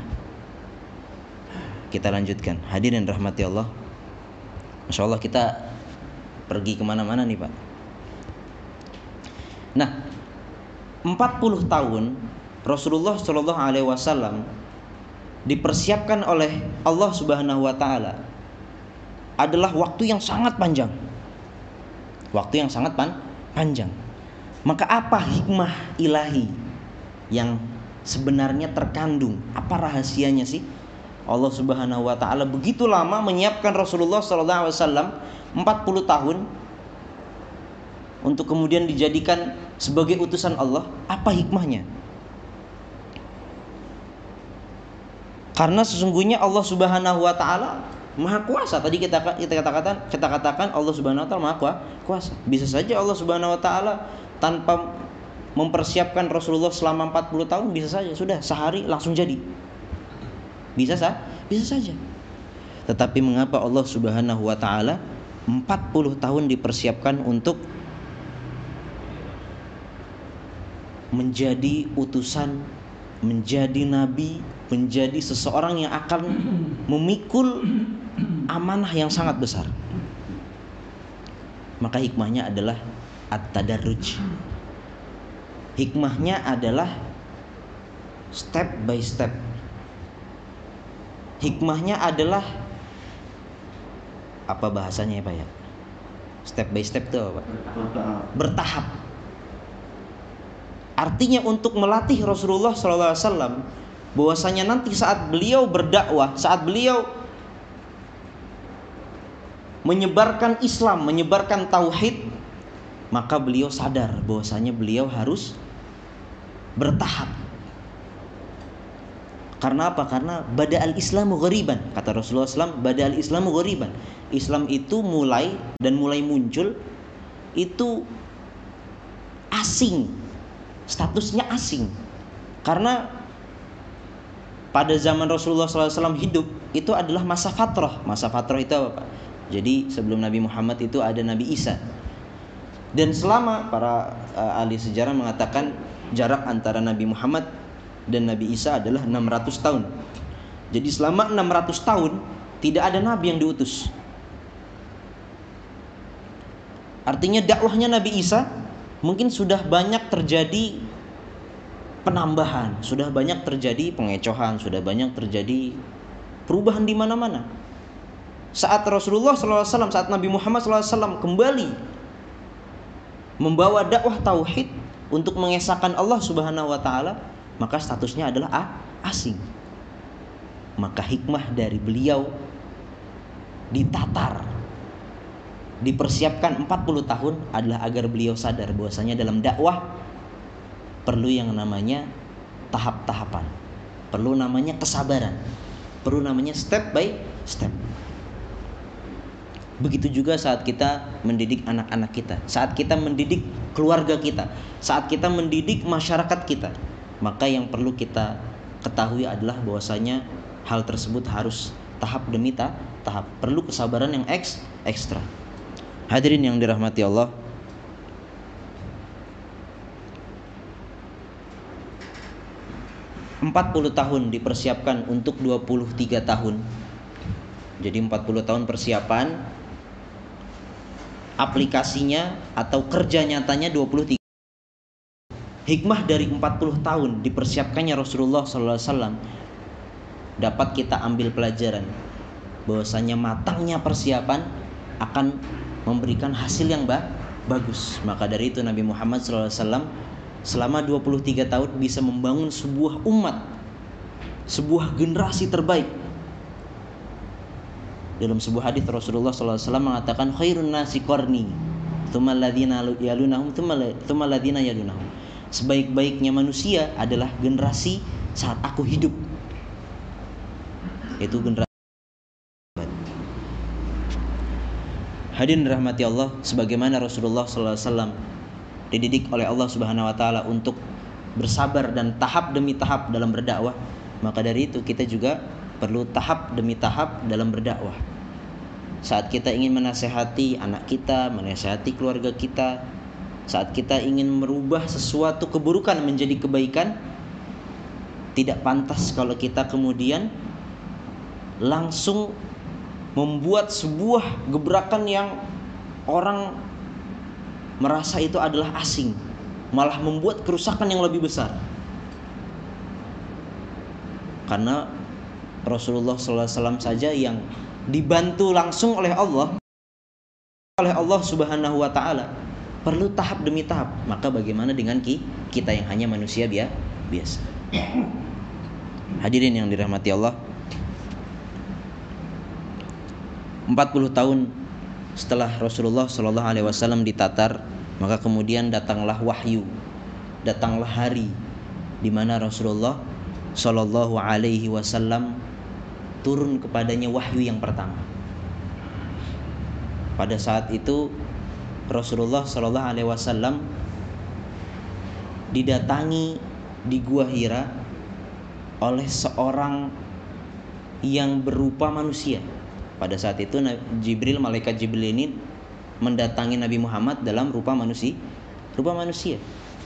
Kita lanjutkan. Hadirin rahmati Allah. Masya Allah kita pergi kemana-mana nih Pak. Nah, empat puluh tahun Rasulullah Shallallahu Alaihi Wasallam dipersiapkan oleh Allah Subhanahu Wa Taala adalah waktu yang sangat panjang. Waktu yang sangat pan- panjang. Maka apa hikmah ilahi yang sebenarnya terkandung? Apa rahasianya sih? Allah Subhanahu Wa Taala begitu lama menyiapkan Rasulullah Shallallahu Alaihi Wasallam empat puluh tahun untuk kemudian dijadikan sebagai utusan Allah. Apa hikmahnya? Karena sesungguhnya Allah Subhanahu Wa Taala Maha kuasa. Tadi kita kita katakan kita katakan Allah Subhanahu wa taala Maha kuasa. Bisa saja Allah Subhanahu wa taala tanpa mempersiapkan Rasulullah selama empat puluh tahun, bisa saja sudah sehari langsung jadi. Bisa sah? Bisa saja. Tetapi mengapa Allah Subhanahu wa taala empat puluh tahun dipersiapkan untuk menjadi utusan, menjadi nabi, menjadi seseorang yang akan memikul amanah yang sangat besar? Maka hikmahnya adalah at-tadarruj. Hikmahnya adalah step by step. Hikmahnya adalah apa bahasanya ya Pak ya? Step by step itu apa Pak? Bertahap. Bertahap. Artinya untuk melatih Rasulullah shallallahu alaihi wasallam bahwasanya nanti saat beliau berdakwah, saat beliau menyebarkan Islam, menyebarkan tauhid, maka beliau sadar bahwasanya beliau harus bertahap. Karena apa? Karena bada al-islamu ghariban. Kata Rasulullah shallallahu alaihi wasallam, bada al-islamu ghariban. Islam itu mulai dan mulai muncul itu asing. Statusnya asing. Karena pada zaman Rasulullah shallallahu alaihi wasallam hidup itu adalah masa fatrah. Masa fatrah itu apa Pak? Jadi sebelum Nabi Muhammad itu ada Nabi Isa. Dan selama para uh, ahli sejarah mengatakan jarak antara Nabi Muhammad dan Nabi Isa adalah enam ratus tahun. Jadi selama enam ratus tahun tidak ada nabi yang diutus. Artinya dakwahnya Nabi Isa mungkin sudah banyak terjadi penambahan, sudah banyak terjadi pengecohan, sudah banyak terjadi perubahan di mana-mana. Saat Rasulullah shallallahu alaihi wasallam, saat Nabi Muhammad shallallahu alaihi wasallam kembali membawa dakwah tauhid untuk mengesahkan Allah Subhanahu wa taala, maka statusnya adalah asing. Maka hikmah dari beliau ditatar, dipersiapkan empat puluh tahun adalah agar beliau sadar bahwasanya dalam dakwah perlu yang namanya tahap-tahapan, perlu namanya kesabaran, perlu namanya step by step. Begitu juga saat kita mendidik anak-anak kita, saat kita mendidik keluarga kita, saat kita mendidik masyarakat kita, maka yang perlu kita ketahui adalah bahwasanya hal tersebut harus tahap demi tahap, perlu kesabaran yang eks, ekstra. Hadirin yang dirahmati Allah, empat puluh tahun dipersiapkan untuk dua puluh tiga tahun. Jadi empat puluh tahun persiapan, aplikasinya atau kerja nyatanya dua puluh tiga. Hikmah dari empat puluh tahun dipersiapkannya Rasulullah shallallahu alaihi wasallam dapat kita ambil pelajaran bahwasanya matangnya persiapan akan memberikan hasil yang ba- bagus. Maka dari itu Nabi Muhammad shallallahu alaihi wasallam selama dua puluh tiga tahun bisa membangun sebuah umat, sebuah generasi terbaik. Dalam sebuah hadis Rasulullah shallallahu alaihi wasallam mengatakan khairun nasi qarni, tsumma alladziina yalunahum, tsumma alladziina yalunahum. Sebaik-baiknya manusia adalah generasi saat aku hidup. Itu generasi. Hadirin rahmati Allah, sebagaimana Rasulullah shallallahu alaihi wasallam dididik oleh Allah Subhanahu wa taala untuk bersabar dan tahap demi tahap dalam berdakwah, maka dari itu kita juga perlu tahap demi tahap dalam berdakwah. Saat kita ingin menasehati anak kita, menasehati keluarga kita, saat kita ingin merubah sesuatu keburukan menjadi kebaikan, tidak pantas kalau kita kemudian langsung membuat sebuah gebrakan yang orang merasa itu adalah asing, malah membuat kerusakan yang lebih besar. Karena Rasulullah shallallahu alaihi wasallam saja yang dibantu langsung oleh Allah, oleh Allah Subhanahu wa taala, perlu tahap demi tahap. Maka bagaimana dengan kita yang hanya manusia biasa? Hadirin yang dirahmati Allah, empat puluh tahun setelah Rasulullah shallallahu alaihi wasallam ditatar, maka kemudian datanglah wahyu, datanglah hari di mana Rasulullah shallallahu alaihi wasallam turun kepadanya wahyu yang pertama. Pada saat itu Rasulullah Shallallahu Alaihi Wasallam didatangi di Gua Hira oleh seorang yang berupa manusia. Pada saat itu Jibril, malaikat Jibril ini mendatangi Nabi Muhammad dalam rupa manusia, rupa manusia.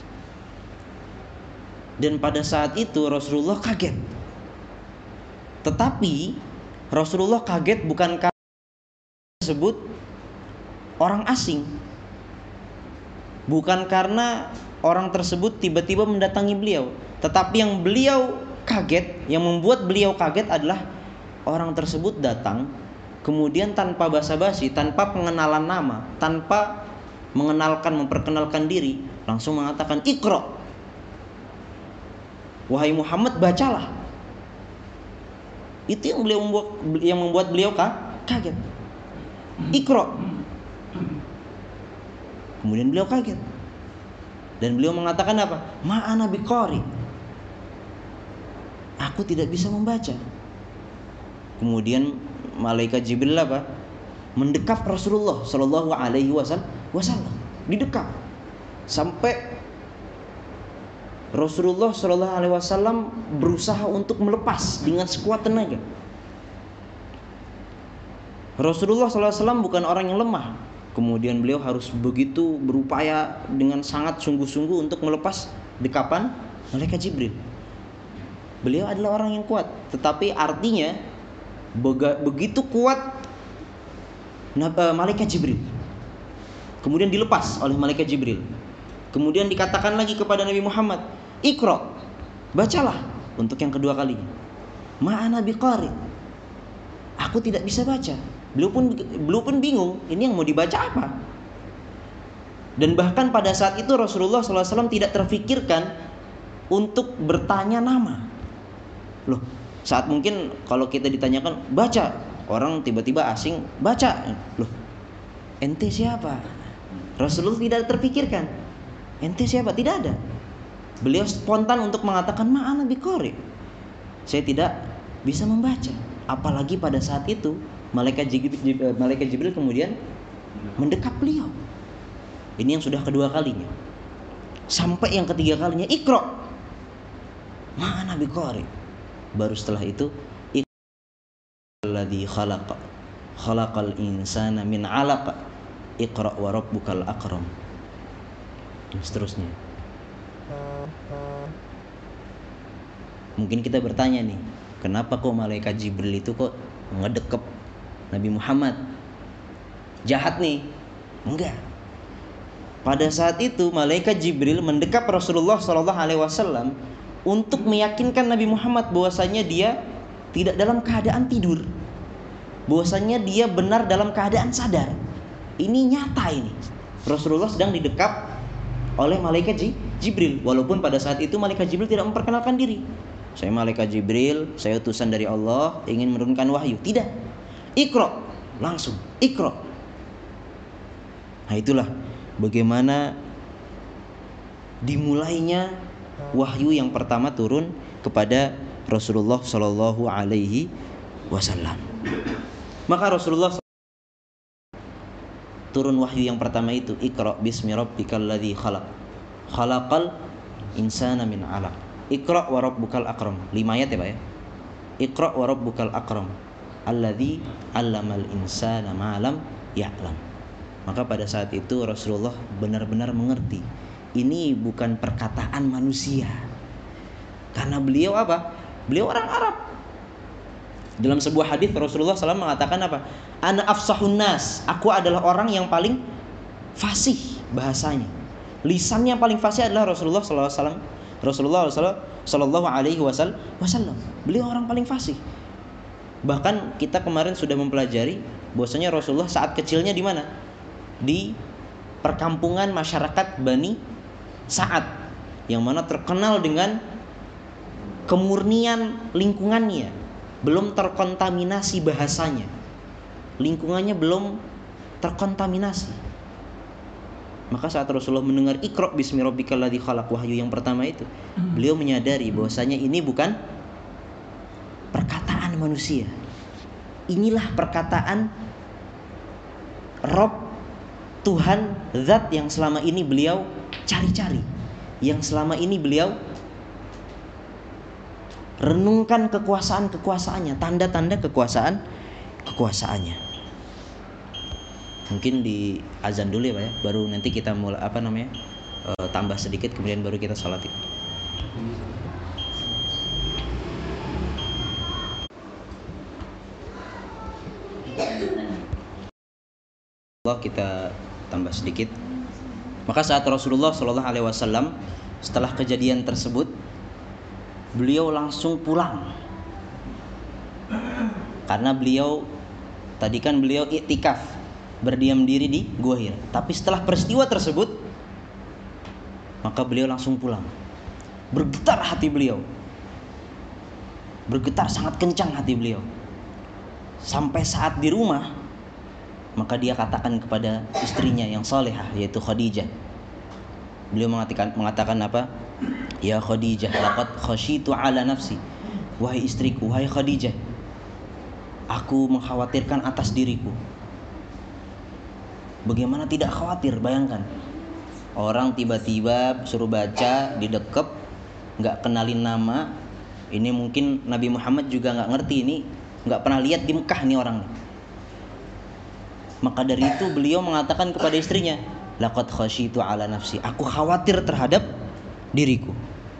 Dan pada saat itu Rasulullah kaget. Tetapi Rasulullah kaget bukan karena tersebut orang asing, bukan karena orang tersebut tiba-tiba mendatangi beliau, tetapi yang beliau kaget, yang membuat beliau kaget adalah orang tersebut datang kemudian tanpa basa-basi, tanpa pengenalan nama, tanpa mengenalkan, memperkenalkan diri, langsung mengatakan Iqra, wahai Muhammad bacalah. Itu yang beliau membuat, yang membuat beliau kaget. Iqra. Kemudian beliau kaget. Dan beliau mengatakan apa? Ma'ana biqari. Aku tidak bisa membaca. Kemudian malaikat Jibril apa? Mendekap Rasulullah Shallallahu Alaihi Wasallam. Didekap sampai Rasulullah Shallallahu Alaihi Wasallam berusaha untuk melepas dengan sekuat tenaga. Rasulullah Shallallahu Alaihi Wasallam bukan orang yang lemah. Kemudian beliau harus begitu berupaya dengan sangat sungguh-sungguh untuk melepas dekapan malaikat Jibril. Beliau adalah orang yang kuat, tetapi artinya begitu kuat malaikat Jibril. Kemudian dilepas oleh malaikat Jibril. Kemudian dikatakan lagi kepada Nabi Muhammad, Iqra, bacalah untuk yang kedua kalinya. Ma'ana biqari. Aku tidak bisa baca. Beliau pun beliau pun bingung, ini yang mau dibaca apa? Dan bahkan pada saat itu Rasulullah shallallahu alaihi wasallam tidak terfikirkan untuk bertanya nama. Loh, saat mungkin kalau kita ditanyakan baca, orang tiba-tiba asing baca. Loh, ente siapa? Rasulullah tidak terfikirkan. Ente siapa? Tidak ada. Beliau spontan untuk mengatakan ma'ana biqari. Saya tidak bisa membaca. Apalagi pada saat itu malaikat Jibril, malaikat Jibril kemudian mendekap beliau. Ini yang sudah kedua kalinya. Sampai yang ketiga kalinya Iqra. Ma'ana biqari. Baru setelah itu Alladzi khalaqa khalaqal insana min 'alaq. Iqra wa rabbukal akram. Dan seterusnya. Mungkin kita bertanya nih, kenapa kok malaikat Jibril itu kok ngedekep Nabi Muhammad? Jahat nih? Enggak. Pada saat itu malaikat Jibril mendekap Rasulullah shallallahu alaihi wasallam untuk meyakinkan Nabi Muhammad bahwasanya dia tidak dalam keadaan tidur, bahwasanya dia benar dalam keadaan sadar. Ini nyata ini. Rasulullah sedang didekap oleh malaikat Jibril, walaupun pada saat itu malaikat Jibril tidak memperkenalkan diri. Saya malaikat Jibril, saya utusan dari Allah, ingin menurunkan wahyu. Tidak. Iqra, langsung Iqra. Nah, itulah bagaimana dimulainya wahyu yang pertama turun kepada Rasulullah Shallallahu Alaihi Wasallam. Maka Rasulullah turun wahyu yang pertama itu Iqra bismi rabbikal ladzi khalaq khalaqal insana min 'alaq. Iqra wa rabbukal akram. Lima ayat ya Pak ya. Iqra wa rabbukal akram alladzi 'allamal insana ma lam ya'lam. Maka pada saat itu Rasulullah benar-benar mengerti ini bukan perkataan manusia. Karena beliau apa? Beliau orang Arab. Dalam sebuah hadis Rasulullah shallallahu alaihi wasallam mengatakan apa? Ana afsahun nas. Aku adalah orang yang paling fasih bahasanya. Lisannya paling fasih adalah Rasulullah shallallahu alaihi wasallam. Rasulullah shallallahu alaihi wasallam. Beliau orang paling fasih. Bahkan kita kemarin sudah mempelajari bahwasanya Rasulullah saat kecilnya di mana? Di perkampungan masyarakat Bani Sa'ad, yang mana terkenal dengan kemurnian lingkungannya, belum terkontaminasi bahasanya, lingkungannya belum terkontaminasi. Maka saat Rasulullah mendengar Iqra bismi rabbikal ladzi khalaq, wahyu yang pertama itu, beliau menyadari bahwasanya ini bukan perkataan manusia, inilah perkataan Rob, Tuhan, zat yang selama ini beliau cari-cari, yang selama ini beliau renungkan kekuasaan-kekuasaannya, tanda-tanda kekuasaan kekuasaannya. Mungkin di azan dulu ya Pak ya, baru nanti kita mulai apa namanya e, tambah sedikit, kemudian baru kita sholat. Allah kita tambah sedikit. Maka saat Rasulullah Shallallahu Alaihi Wasallam setelah kejadian tersebut, beliau langsung pulang. Karena beliau tadi kan beliau iktikaf, berdiam diri di Gua Hira. Tapi setelah peristiwa tersebut, maka beliau langsung pulang. Bergetar hati beliau, bergetar sangat kencang hati beliau. Sampai saat di rumah, maka dia katakan kepada istrinya yang salehah, yaitu Khadijah. Beliau mengatakan, mengatakan apa? Ya Khadijah, laqad khasyitu ala nafsi. Wahai istriku, wahai Khadijah, aku mengkhawatirkan atas diriku. Bagaimana tidak khawatir? Bayangkan, orang tiba-tiba suruh baca, didekep, nggak kenalin nama. Ini mungkin Nabi Muhammad juga nggak ngerti, ini nggak pernah lihat di Mekah nih orang. Maka dari itu beliau mengatakan kepada istrinya, laqad khasyitu ala nafsi, aku khawatir terhadap diriku.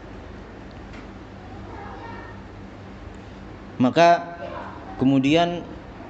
Maka kemudian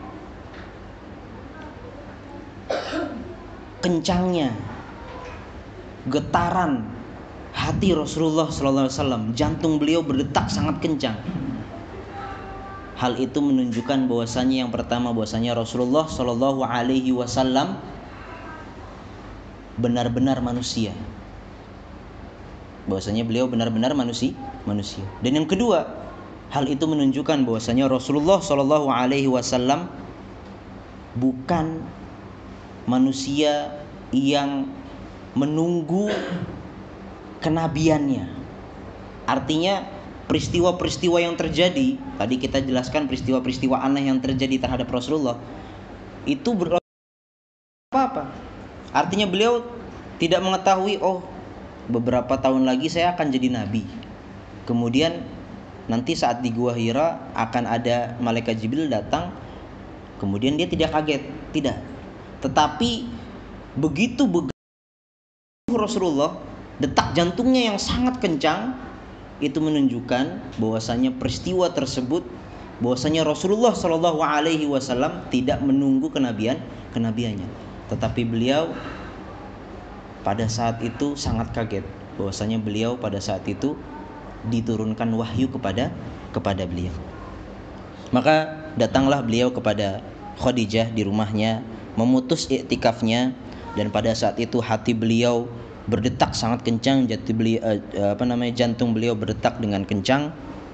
kencangnya getaran hati Rasulullah Sallallahu Alaihi Wasallam, jantung beliau berdetak sangat kencang. Hal itu menunjukkan bahwasanya yang pertama, bahwasanya Rasulullah Sallallahu Alaihi Wasallam benar-benar manusia. Bahwasanya beliau benar-benar manusia, manusia. Dan yang kedua, hal itu menunjukkan bahwasanya Rasulullah Sallallahu Alaihi Wasallam bukan manusia yang menunggu kenabiannya. Artinya peristiwa-peristiwa yang terjadi, tadi kita jelaskan peristiwa-peristiwa aneh yang terjadi terhadap Rasulullah, itu ber- apa-apa. Artinya beliau tidak mengetahui, oh beberapa tahun lagi saya akan jadi nabi. Kemudian nanti saat di Gua Hira akan ada malaikat Jibril datang. Kemudian dia tidak kaget, tidak. Tetapi begitu begitu Rasulullah, detak jantungnya yang sangat kencang, itu menunjukkan bahwasanya peristiwa tersebut, bahwasanya Rasulullah Shallallahu Alaihi Wasallam tidak menunggu kenabian kenabiannya, tetapi beliau pada saat itu sangat kaget bahwasanya beliau pada saat itu diturunkan wahyu kepada kepada beliau. Maka datanglah beliau kepada Khadijah di rumahnya, memutus iktikafnya, dan pada saat itu hati beliau berdetak sangat kencang, jati beliau uh, apa namanya jantung beliau berdetak dengan kencang.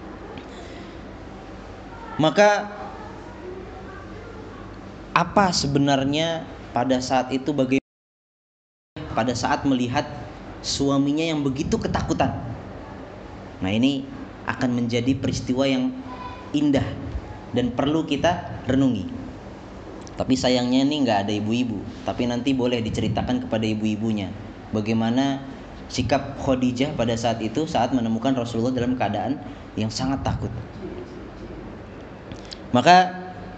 Maka apa sebenarnya pada saat itu bagaimana pada saat melihat suaminya yang begitu ketakutan? Nah, ini akan menjadi peristiwa yang indah dan perlu kita renungi. Tapi sayangnya ini nggak ada ibu-ibu. Tapi nanti boleh diceritakan kepada ibu-ibunya bagaimana sikap Khadijah pada saat itu saat menemukan Rasulullah dalam keadaan yang sangat takut. Maka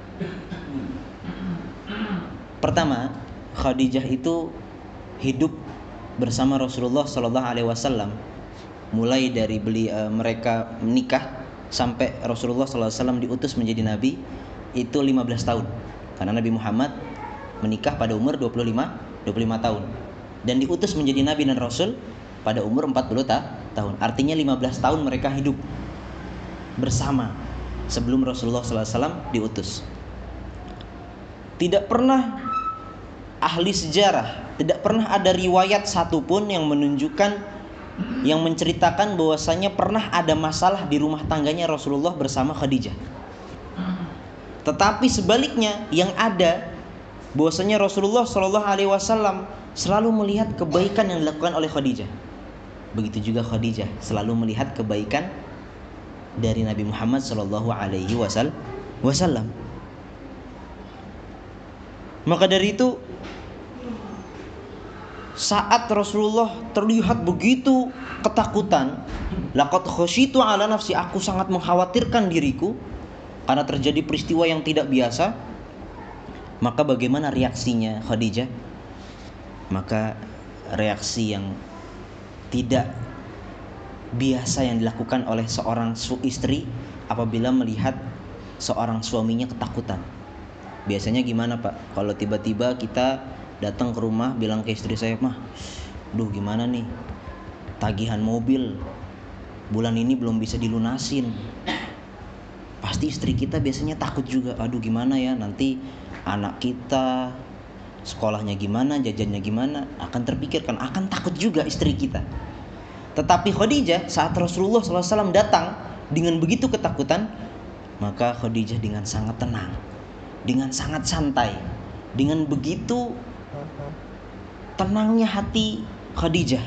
pertama, Khadijah itu hidup bersama Rasulullah Sallallahu Alaihi Wasallam mulai dari beli uh, mereka menikah sampai Rasulullah Sallallahu Alaihi Wasallam diutus menjadi nabi itu lima belas tahun. Karena Nabi Muhammad menikah pada umur dua puluh lima tahun dan diutus menjadi nabi dan rasul pada umur empat puluh tahun. Artinya lima belas tahun mereka hidup bersama sebelum Rasulullah Sallallahu Alaihi Wasallam diutus. Tidak pernah ahli sejarah, tidak pernah ada riwayat satupun yang menunjukkan, yang menceritakan bahwasanya pernah ada masalah di rumah tangganya Rasulullah bersama Khadijah. Tetapi sebaliknya yang ada bahwasanya Rasulullah Shallallahu Alaihi Wasallam selalu melihat kebaikan yang dilakukan oleh Khadijah. Begitu juga Khadijah selalu melihat kebaikan dari Nabi Muhammad Shallallahu Alaihi Wasallam. Maka dari itu, saat Rasulullah terlihat begitu ketakutan, laqad khasyitu ala nafsi, aku sangat mengkhawatirkan diriku karena terjadi peristiwa yang tidak biasa. Maka bagaimana reaksinya Khadijah? Maka reaksi yang tidak biasa yang dilakukan oleh seorang istri apabila melihat seorang suaminya ketakutan. Biasanya gimana Pak? Kalau tiba-tiba kita datang ke rumah bilang ke istri saya, "Mah, duh gimana nih, tagihan mobil bulan ini belum bisa dilunasin." Pasti istri kita biasanya takut juga, aduh gimana ya, nanti anak kita sekolahnya gimana, jajannya gimana, akan terpikirkan, akan takut juga istri kita. Tetapi Khadijah saat Rasulullah shallallahu alaihi wasallam datang dengan begitu ketakutan, maka Khadijah dengan sangat tenang, dengan sangat santai, dengan begitu tenangnya hati Khadijah,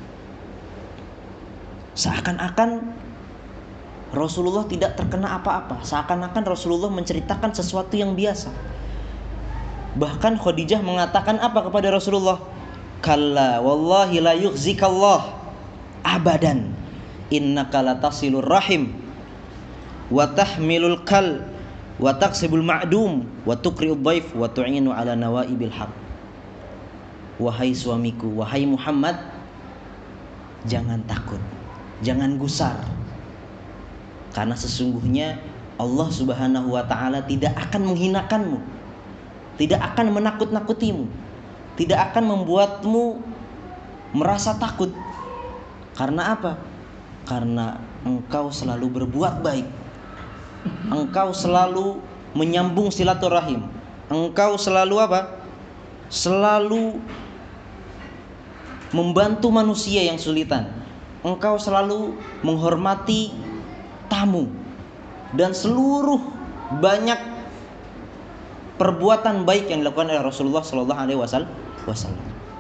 seakan-akan Rasulullah tidak terkena apa-apa, seakan-akan Rasulullah menceritakan sesuatu yang biasa. Bahkan Khadijah mengatakan apa kepada Rasulullah? Kalla wallahi la yukhzikallah abadan, innaka latasilur rahim wa tahmilul kal wa taksibul ma'dum wa tuqri'ud dhaif wa tu'inu ala nawaibil haq. Wahai suamiku, wahai Muhammad, jangan takut, jangan gusar, karena sesungguhnya Allah Subhanahu wa ta'ala tidak akan menghinakanmu, tidak akan menakut-nakutimu, tidak akan membuatmu merasa takut. Karena apa? Karena engkau selalu berbuat baik, engkau selalu menyambung silaturahim, engkau selalu apa? Selalu membantu manusia yang kesulitan, engkau selalu menghormati tamu, dan seluruh banyak perbuatan baik yang dilakukan oleh Rasulullah Shallallahu Alaihi Wasallam.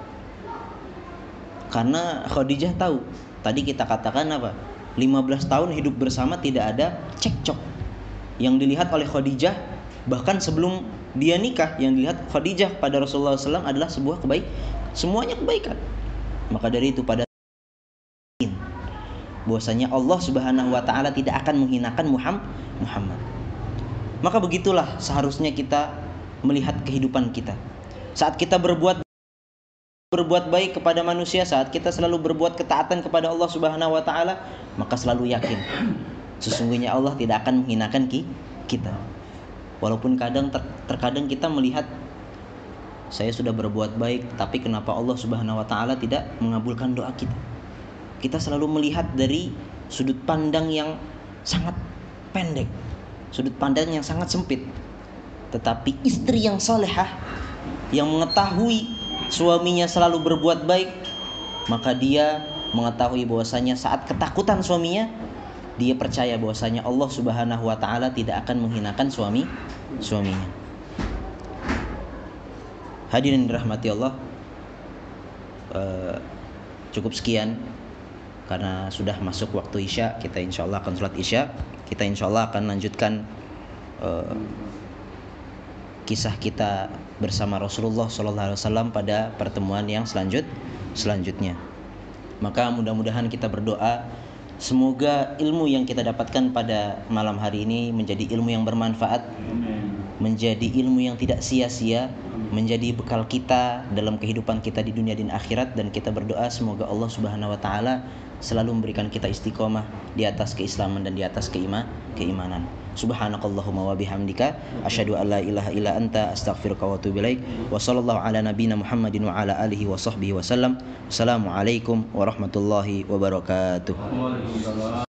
Karena Khadijah tahu, tadi kita katakan apa, lima belas tahun hidup bersama tidak ada cekcok. Yang dilihat oleh Khadijah, bahkan sebelum dia nikah, yang dilihat Khadijah pada Rasulullah shallallahu alaihi wasallam adalah sebuah kebaik, semuanya kebaikan. Maka dari itu pada bahwasanya Allah Subhanahu wa taala tidak akan menghinakan Muhammad. Maka begitulah seharusnya kita melihat kehidupan kita. Saat kita berbuat berbuat baik kepada manusia, saat kita selalu berbuat ketaatan kepada Allah Subhanahu wa taala, maka selalu yakin sesungguhnya Allah tidak akan menghinakan kita. Walaupun kadang ter, terkadang kita melihat saya sudah berbuat baik, tapi kenapa Allah Subhanahu wa taala tidak mengabulkan doa kita? Kita selalu melihat dari sudut pandang yang sangat pendek, sudut pandang yang sangat sempit. Tetapi istri yang salehah, yang mengetahui suaminya selalu berbuat baik, maka dia mengetahui bahwasanya saat ketakutan suaminya, dia percaya bahwasanya Allah Subhanahu wa taala tidak akan menghinakan suami suaminya. Hadirin dirahmati Allah, uh, cukup sekian karena sudah masuk waktu Isya. Kita insyaallah akan sholat Isya. Kita insyaallah akan lanjutkan uh, kisah kita bersama Rasulullah shallallahu alaihi wasallam pada pertemuan yang selanjut selanjutnya. Maka mudah-mudahan kita berdoa semoga ilmu yang kita dapatkan pada malam hari ini menjadi ilmu yang bermanfaat, menjadi ilmu yang tidak sia-sia, menjadi bekal kita dalam kehidupan kita di dunia dan akhirat. Dan kita berdoa semoga Allah Subhanahu wa taala selalu memberikan kita istiqomah di atas keislaman dan di atas keima, keimanan. Subhanakallahumma wa bihamdika asyhadu an la ilaha illa anta astaghfiruka wa atubu ilaik. Wa sallallahu ala nabiyyina Muhammadin wa ala alihi wa sahbihi wasallam. Assalamualaikum warahmatullahi wabarakatuh.